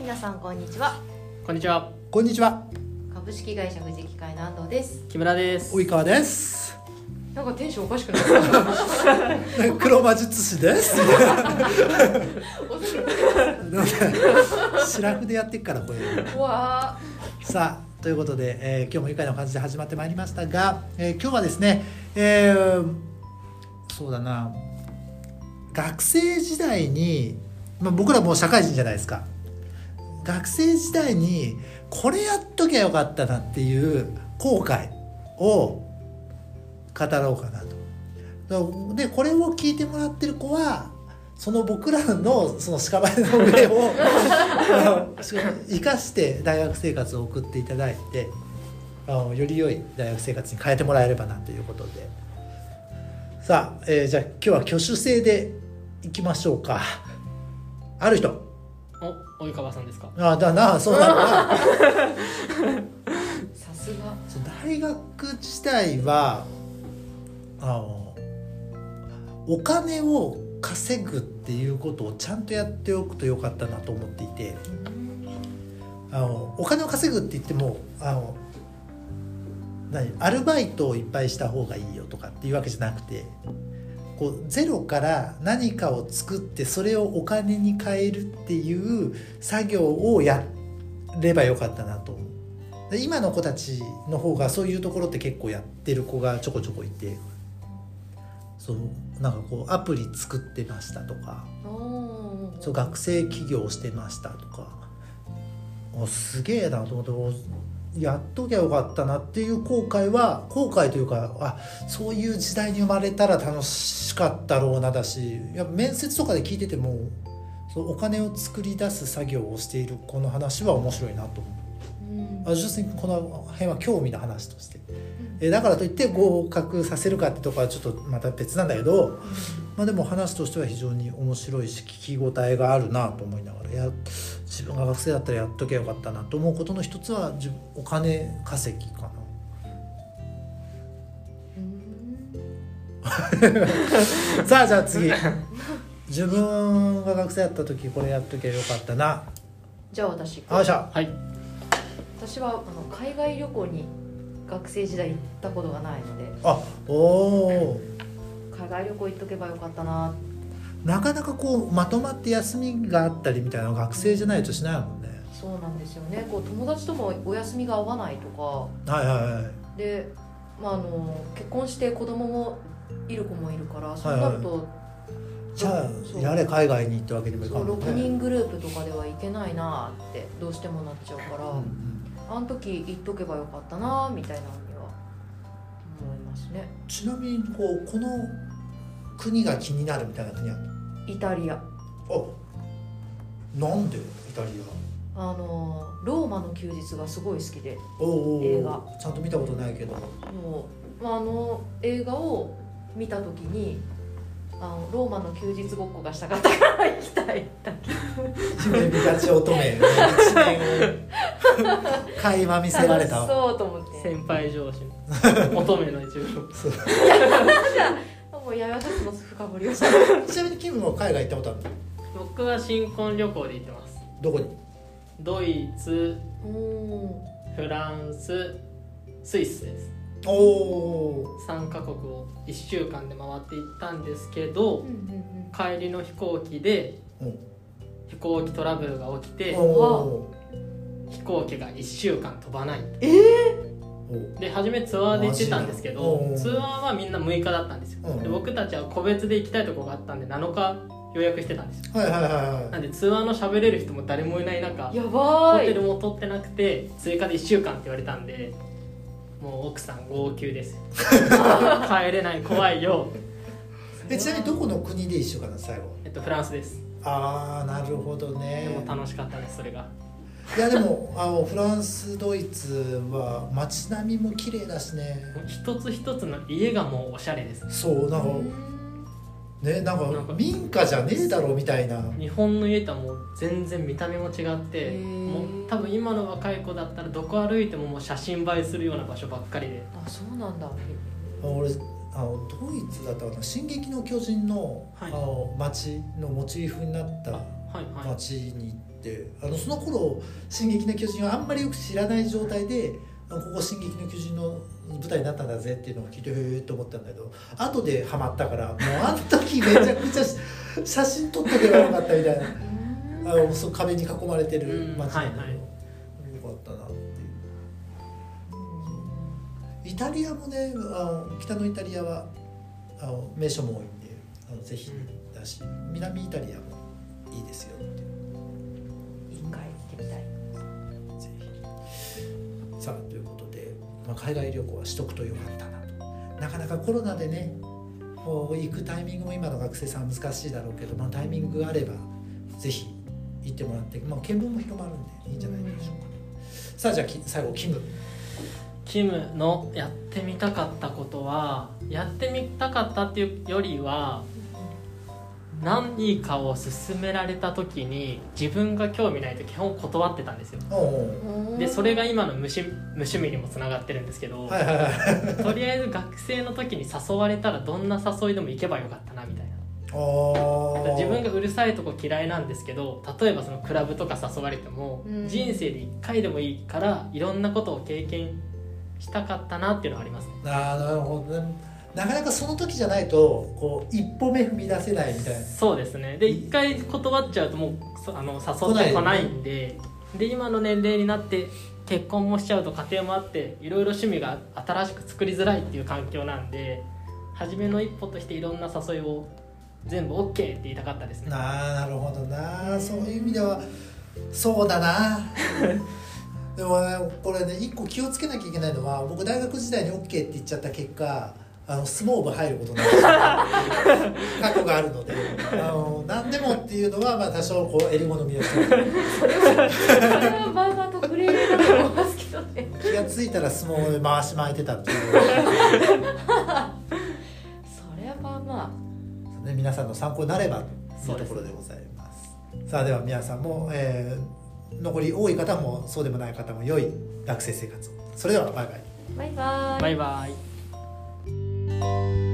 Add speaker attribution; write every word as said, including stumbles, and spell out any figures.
Speaker 1: 皆さんこんにちは。
Speaker 2: こんにちは。
Speaker 3: こんにちは。
Speaker 1: 株式会社富士機械の安藤です。
Speaker 2: 木村です。
Speaker 3: 及川です。
Speaker 1: なんかテンションおかしくないですか？
Speaker 3: 黒魔術師です。シラフでやってっからこれ。
Speaker 1: わ
Speaker 3: さあということで、えー、今日も愉快な感じで始まってまいりましたが、えー、今日はですね、えー、そうだな、学生時代に、まあ、僕らもう社会人じゃないですか。学生時代にこれやっときゃよかったなっていう後悔を語ろうかなと。でこれを聞いてもらってる子はその僕らのその屍の上を生かして大学生活を送っていただいて、あのより良い大学生活に変えてもらえればなということで、さあ、えー、じゃあ今日は挙手制でいきましょうか。ある人。
Speaker 2: お、及川さんですか？
Speaker 3: あだな、そうなんだ。
Speaker 1: さすが。
Speaker 3: 大学時代はあのお金を稼ぐっていうことをちゃんとやっておくとよかったなと思っていて、あのお金を稼ぐって言ってもあの何アルバイトをいっぱいした方がいいよとかっていうわけじゃなくて、こうゼロから何かを作ってそれをお金に変えるっていう作業をやればよかったなと思う。で今の子たちの方がそういうところって結構やってる子がちょこちょこいて、そうなんかこうアプリ作ってましたとか、そう学生起業してましたとか、おすげえなと思って、やっときゃよかったなっていう後悔は後悔というか、あそういう時代に生まれたら楽しかったろうなだし、いや面接とかで聞いててもそうお金を作り出す作業をしているこの話は面白いなと思う、うん、あ純粋にこの辺は興味の話として、うんえだからといって合格させるかってとこはちょっとまた別なんだけど、うんまあ、でも話としては非常に面白いし聞き応えがあるなと思いながら、や自分が学生だったらやっときゃよかったなと思うことの一つはお金稼ぎかな。うんさあじゃあ次。自分が学生だった時これやっときゃよかったな。
Speaker 1: じゃあ私
Speaker 3: あしゃ、
Speaker 2: はい、
Speaker 1: 私はあの海外旅行に学生時代行ったことがないので、
Speaker 3: あお
Speaker 1: 海外旅行行っとけばよかったな。
Speaker 3: なかなかこうまとまって休みがあったりみたいなの学生じゃないとしないもんね。
Speaker 1: そうなんですよね。こう友達ともお休みが合わないとか、
Speaker 3: はいはいはい
Speaker 1: で、まあ、あの結婚して子供もいる子もいるから、そうなると、はいはい、
Speaker 3: じゃあやれ海外に行ったわけにもいかんもんね。
Speaker 1: ろくにんグループとかでは行けないなってどうしてもなっちゃうから、うんうん、あの時行っとけばよかったなみたいなのには思いますね。
Speaker 3: ちなみにこうこの国が気になるみたいな国あるの？
Speaker 1: イタリア。
Speaker 3: あ、なんでイタリ
Speaker 1: ア？あのローマの休日がすごい好きで、
Speaker 3: お
Speaker 1: 映画
Speaker 3: ちゃんと見たことないけど、
Speaker 1: もう、まあ、あの映画を見た時にあのローマの休日ごっこがしたかったから行きたいだけ。
Speaker 3: 夢見がち乙女一面を垣間見せられた。
Speaker 1: そうと思って。
Speaker 2: 先輩上司乙女の一部。
Speaker 1: そういやなんかもうややすの深掘りをした。
Speaker 3: ちなみにキムも海外行ったことあるの？
Speaker 2: 僕は新婚旅行で行ってます。
Speaker 3: どこに？
Speaker 2: ドイツ、フランス、スイスです。
Speaker 3: お
Speaker 2: さんカ国をいっしゅうかんで回っていったんですけど、うんうんうん、帰りの飛行機で飛行機トラブルが起きて、飛行機がいっしゅうかん飛ばない。
Speaker 1: え
Speaker 2: ー、で初めツアーで行ってたんですけど、ツアーはみんなむいかだったんですよ。で僕たちは個別で行きたいところがあったんでなのか予約してたんですよ。
Speaker 3: はいはいはいはい、
Speaker 2: なんでツアーの喋れる人も誰もいない中、
Speaker 1: やばい、
Speaker 2: ホテルも取ってなくて追加でいっしゅうかんって言われたんで、もう奥さん号泣ですよ。帰れない怖いよ。
Speaker 3: えちなみにどこの国で一緒かな最後？
Speaker 2: えっとフランスです。
Speaker 3: ああなるほどね。
Speaker 2: でも楽しかったですそれが。
Speaker 3: いやでもあのフランスドイツは街並みも綺麗だしね。
Speaker 2: 一つ一つの家がもうおしゃれです。
Speaker 3: そうなんかねなんか民家じゃねえだろみたいな。
Speaker 2: 日本の家とはもう全然見た目も違って、もう多分今の若い子だったらどこ歩いてももう写真映えするような場所ばっかりで。
Speaker 1: あそうなんだ。
Speaker 3: 俺あのドイツだったかな、進撃の巨人の、はい、あの街のモチーフになった街に行って、あのその頃進撃の巨人をあんまりよく知らない状態で、ここ進撃の巨人の舞台になったんだぜっていうのを聞いてへえと思ったんだけど、後でハマったから、もうあの時めちゃくちゃ写真撮っとけばよかったみたいな、あのそう壁に囲まれてる街なんだけど、よかったなっていう。イタリアもね、あの北のイタリアはあの名所も多いんで、あのぜひだし、南イタリアもいいですよっていう。
Speaker 1: 一回行ってみたい。
Speaker 3: ぜひ。さあということで、まあ、海外旅行はしとくとよかったなと。なかなかコロナでね、もう行くタイミングも今の学生さん難しいだろうけど、まあ、タイミングがあればぜひ行ってもらって、まあ、見聞も広まるんでいいんじゃないでしょうか。さあじゃあ最後キム。
Speaker 2: キムのやってみたかったことは、やってみたかったっていうよりは、何かを勧められた時に自分が興味ないと基本断ってたんですよ。でそれが今の無趣、無趣味にもつながってるんですけど、
Speaker 3: はいはいはい、
Speaker 2: とりあえず学生の時に誘われたらどんな誘いでも行けばよかったなみたいな。自分がうるさいとこ嫌いなんですけど、例えばそのクラブとか誘われても、うん、人生でいっかいでもいいからいろんなことを経験したかったなっていうのはありますね。
Speaker 3: あー、なるほどね。なかなかその時じゃないとこう一歩目踏み出せないみたいな。
Speaker 2: そうですね。で一回断っちゃうともうあの誘ってこないんで、で今の年齢になって結婚もしちゃうと家庭もあっていろいろ趣味が新しく作りづらいっていう環境なんで、初めの一歩としていろんな誘いを全部 OK って言いたかったですね。
Speaker 3: ああ、なるほどな。そういう意味ではそうだなでも、ね、これね一個気をつけなきゃいけないのは、僕大学時代に OK って言っちゃった結果、あの相撲部入ることになった過去があるので、あの何でもっていうのはまあ多少こう襟好みをしてそれ
Speaker 1: はそれはまあまあ特例だと思いますけどね。
Speaker 3: 気がついたら相撲で回し巻いてたっていうそれ
Speaker 1: はまあま
Speaker 3: あ、ね、皆さんの参考になればというところでございます。さあでは皆さんも、えー、残り多い方もそうでもない方も良い学生生活を。それではバイバイ。
Speaker 1: バイバイ。
Speaker 2: バイバイ。